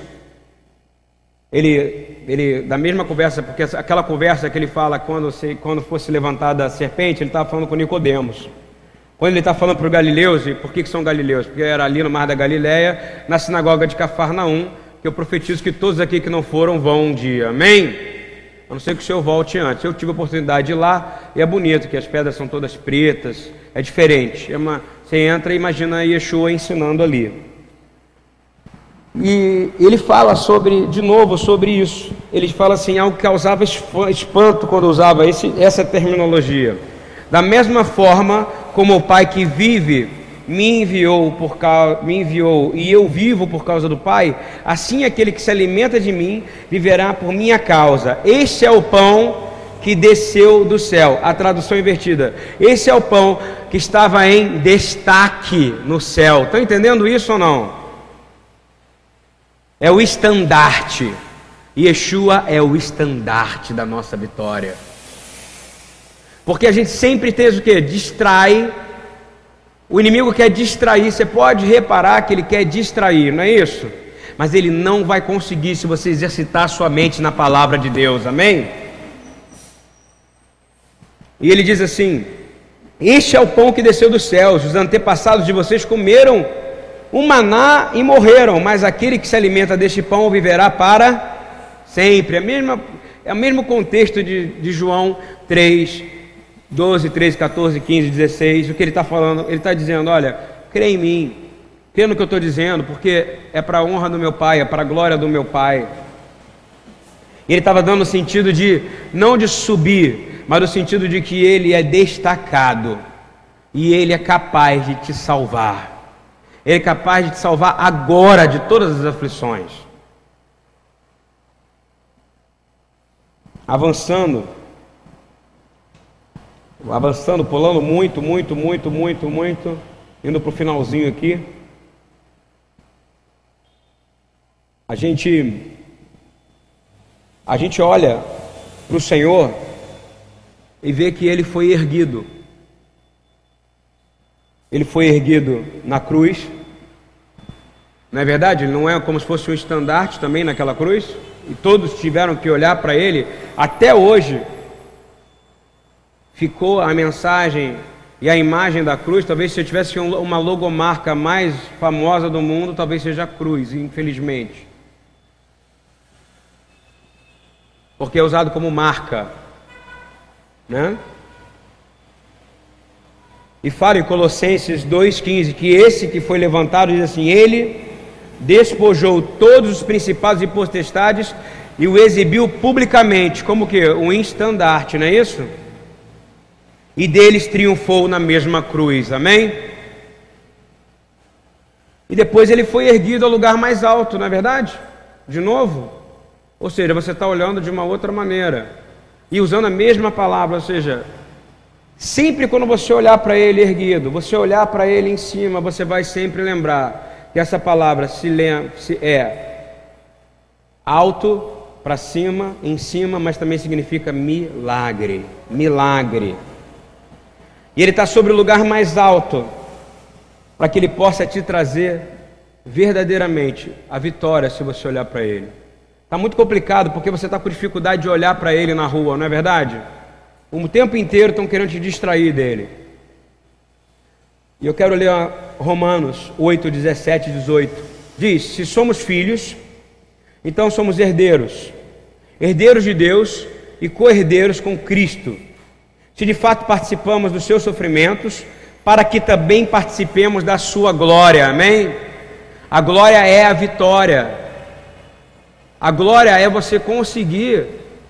Speaker 1: ele, ele, da mesma conversa, porque aquela conversa que ele fala quando, se, quando fosse levantada a serpente, ele estava falando com Nicodemos. Quando ele está falando para os galileus, e por que, que são galileus? Porque era ali no Mar da Galileia, na sinagoga de Cafarnaum, que eu profetizo que todos aqui que não foram vão um dia, amém? A não ser que o Senhor volte antes. Eu tive a oportunidade de ir lá, e é bonito, que as pedras são todas pretas, é diferente. É uma, você entra e imagina Yeshua ensinando ali. E ele fala sobre, de novo, sobre isso. Ele fala assim, algo que causava espanto quando usava esse, essa terminologia. Da mesma forma como o Pai que vive me enviou, por causa, me enviou e eu vivo por causa do Pai, assim aquele que se alimenta de mim viverá por minha causa. Este é o pão que desceu do céu. A tradução invertida. Esse é o pão que estava em destaque no céu. Estão entendendo isso ou não? É o estandarte. Yeshua é o estandarte da nossa vitória. Porque a gente sempre tem o que? Distrai. O inimigo quer distrair. Você pode reparar que ele quer distrair, não é isso? Mas ele não vai conseguir se você exercitar sua mente na palavra de Deus, amém? E ele diz assim: este é o pão que desceu dos céus. Os antepassados de vocês comeram o maná e morreram, mas aquele que se alimenta deste pão viverá para sempre. É, mesma, é o mesmo contexto de, de João três, doze, treze, quatorze, quinze, dezesseis. O que ele está falando? Ele está dizendo, olha, crê em mim, crê no que eu estou dizendo, porque é para a honra do meu Pai, é para a glória do meu Pai. E ele estava dando o sentido de, não de subir, mas no sentido de que ele é destacado, e ele é capaz de te salvar. Ele é capaz de te salvar agora de todas as aflições. Avançando, avançando, pulando muito, muito, muito, muito, muito, indo para o finalzinho aqui. A gente, a gente olha para o Senhor e vê que Ele foi erguido. Ele foi erguido na cruz. Não é verdade? Ele não é como se fosse um estandarte também naquela cruz? E todos tiveram que olhar para ele. Até hoje ficou a mensagem e a imagem da cruz. Talvez se eu tivesse uma logomarca mais famosa do mundo, talvez seja a cruz, infelizmente. Porque é usado como marca, né? E fala em Colossenses dois, quinze, que esse que foi levantado, diz assim, ele despojou todos os principados e potestades e o exibiu publicamente, como que? Um estandarte, não é isso? E deles triunfou na mesma cruz, amém? E depois ele foi erguido ao lugar mais alto, não é verdade? De novo? Ou seja, você está olhando de uma outra maneira e usando a mesma palavra, ou seja, sempre quando você olhar para ele erguido, você olhar para ele em cima, você vai sempre lembrar que essa palavra se lembra, se é alto, para cima, em cima, mas também significa milagre, milagre. E ele está sobre o lugar mais alto, para que ele possa te trazer verdadeiramente a vitória se você olhar para ele. Está muito complicado porque você está com dificuldade de olhar para ele na rua, não é verdade? O tempo inteiro estão querendo te distrair dele. E eu quero ler Romanos oito, dezessete e dezoito. Diz, se somos filhos, então somos herdeiros, herdeiros de Deus e co-herdeiros com Cristo. Se de fato participamos dos seus sofrimentos, para que também participemos da sua glória, amém? A glória é a vitória. A glória é você conseguir,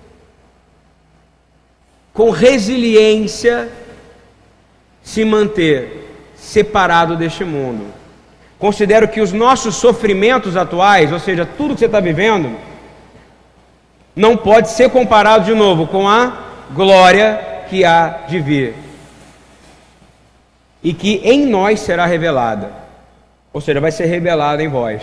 Speaker 1: com resiliência, se manter separado deste mundo. Considero que os nossos sofrimentos atuais, ou seja, tudo que você está vivendo, não pode ser comparado de novo com a glória que há de vir e que em nós será revelada, ou seja, vai ser revelada em vós.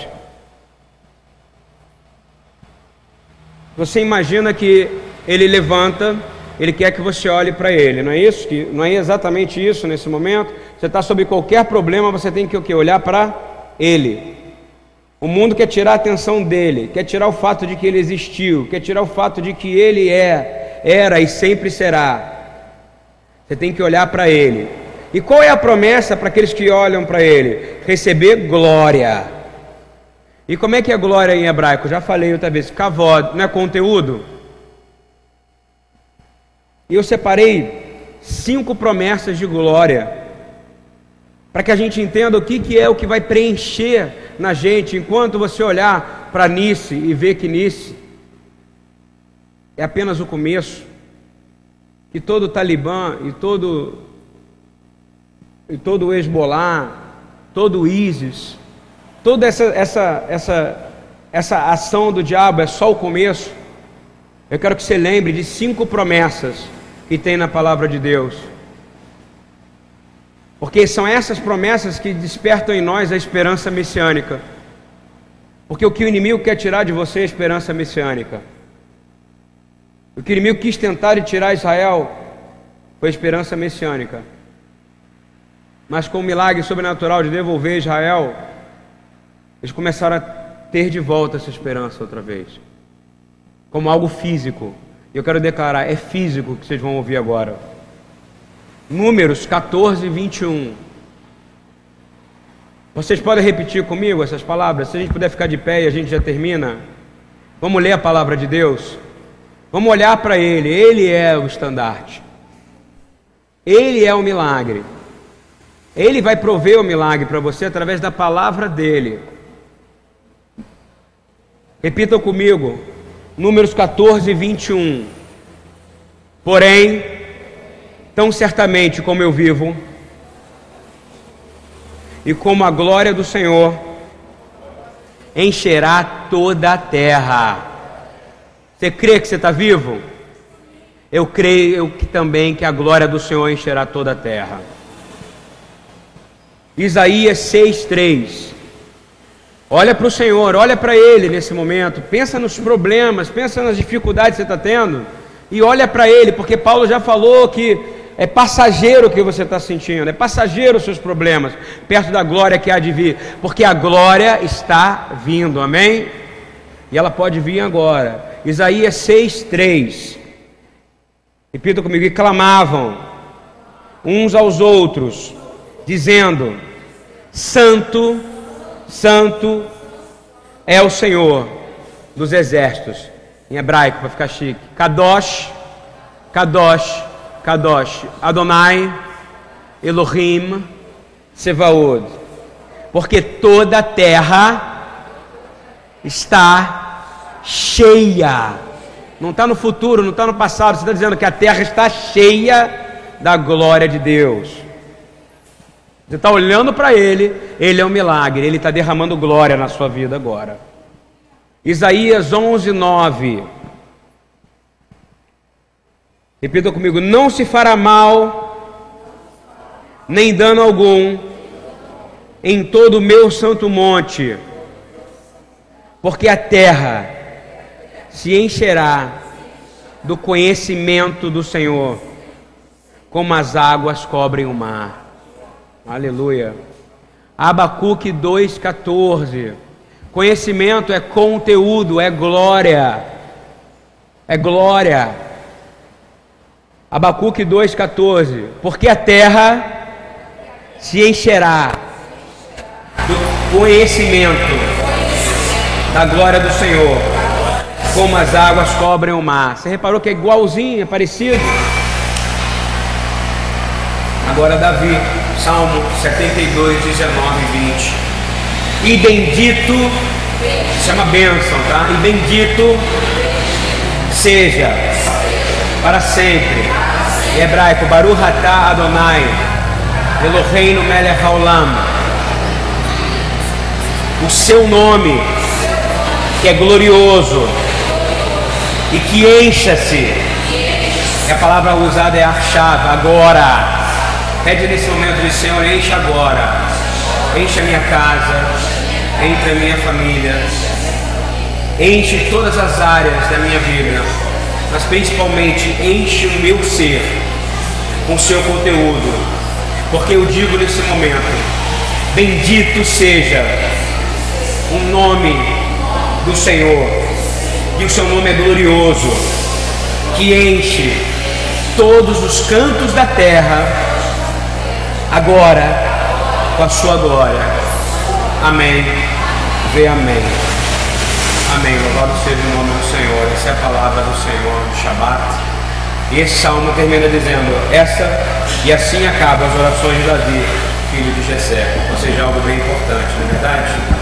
Speaker 1: Você imagina que ele levanta, ele quer que você olhe para ele, não é isso? Que não é exatamente isso nesse momento? Você está sob qualquer problema, você tem que o quê? Olhar para ele. O mundo quer tirar a atenção dele, quer tirar o fato de que ele existiu, quer tirar o fato de que ele é, era e sempre será. Você tem que olhar para ele. E qual é a promessa para aqueles que olham para ele? Receber glória. E como é que é glória em hebraico? Já falei outra vez, kavod, não é conteúdo? E eu separei cinco promessas de glória, para que a gente entenda o que, que é o que vai preencher na gente, enquanto você olhar para Nice e ver que Nice é apenas o começo, que todo o Talibã e todo, e todo o Hezbollah, todo o ISIS, toda essa, essa, essa, essa ação do diabo é só o começo. Eu quero que você lembre de cinco promessas que tem na palavra de Deus, porque são essas promessas que despertam em nós a esperança messiânica. Porque o que o inimigo quer tirar de você é a esperança messiânica. O que o inimigo quis tentar de tirar Israel foi a esperança messiânica. Mas com o milagre sobrenatural de devolver Israel, eles começaram a ter de volta essa esperança outra vez, como algo físico. E eu quero declarar, é físico que vocês vão ouvir agora. Números catorze, vinte e um. Vocês podem repetir comigo essas palavras? Se a gente puder ficar de pé e a gente já termina. Vamos ler a palavra de Deus. Vamos olhar para Ele. Ele é o estandarte. Ele é o milagre. Ele vai prover o milagre para você através da palavra dEle. Repitam comigo. Números catorze, vinte e um. Porém, tão certamente como eu vivo, e como a glória do Senhor encherá toda a terra. Você crê que você está vivo? Eu creio que também que a glória do Senhor encherá toda a terra. Isaías seis, três. Olha para o Senhor, olha para Ele nesse momento, pensa nos problemas, pensa nas dificuldades que você está tendo, e olha para Ele, porque Paulo já falou que é passageiro o que você está sentindo, é passageiro os seus problemas, perto da glória que há de vir, porque a glória está vindo, amém? E ela pode vir agora. Isaías seis, três. Repita comigo. E clamavam uns aos outros, dizendo: Santo, Santo é o Senhor dos exércitos. Em hebraico, para ficar chique. Kadosh, Kadosh, Kadosh, Adonai, Elohim, Sevaod. Porque toda a terra está cheia. Não está no futuro, não está no passado. Você está dizendo que a terra está cheia da glória de Deus. Você está olhando para Ele, Ele é um milagre. Ele está derramando glória na sua vida agora. Isaías onze, nove. Repita comigo. Não se fará mal, nem dano algum, em todo o meu santo monte, porque a terra se encherá do conhecimento do Senhor, como as águas cobrem o mar. Aleluia. Abacuque dois, catorze. Conhecimento é conteúdo, é glória. É glória. Abacuque dois, catorze. Porque a terra se encherá do conhecimento da glória do Senhor, como as águas cobrem o mar. Você reparou que é igualzinho, é parecido? Agora Davi, Salmo setenta e dois, dezenove e vinte. E bendito, isso é uma bênção, tá? E bendito seja para sempre. Em hebraico, Baruch atah Adonai, Eloheinu melech haolam. O seu nome, que é glorioso e que encha-se. E a palavra usada é achava, agora. Pede nesse momento de Senhor, encha agora. Enche a minha casa, enche a minha família, enche todas as áreas da minha vida, mas principalmente enche o meu ser com o seu conteúdo, porque eu digo nesse momento, bendito seja o nome do Senhor, e o seu nome é glorioso, que enche todos os cantos da terra, agora, com a sua glória. Amém. Vê amém. Amém. Louvado seja o nome do Senhor. Essa é a palavra do Senhor do Shabat. E esse salmo termina dizendo, essa e assim acaba as orações de Davi, filho de Jessé. Ou seja, algo bem importante, não é verdade?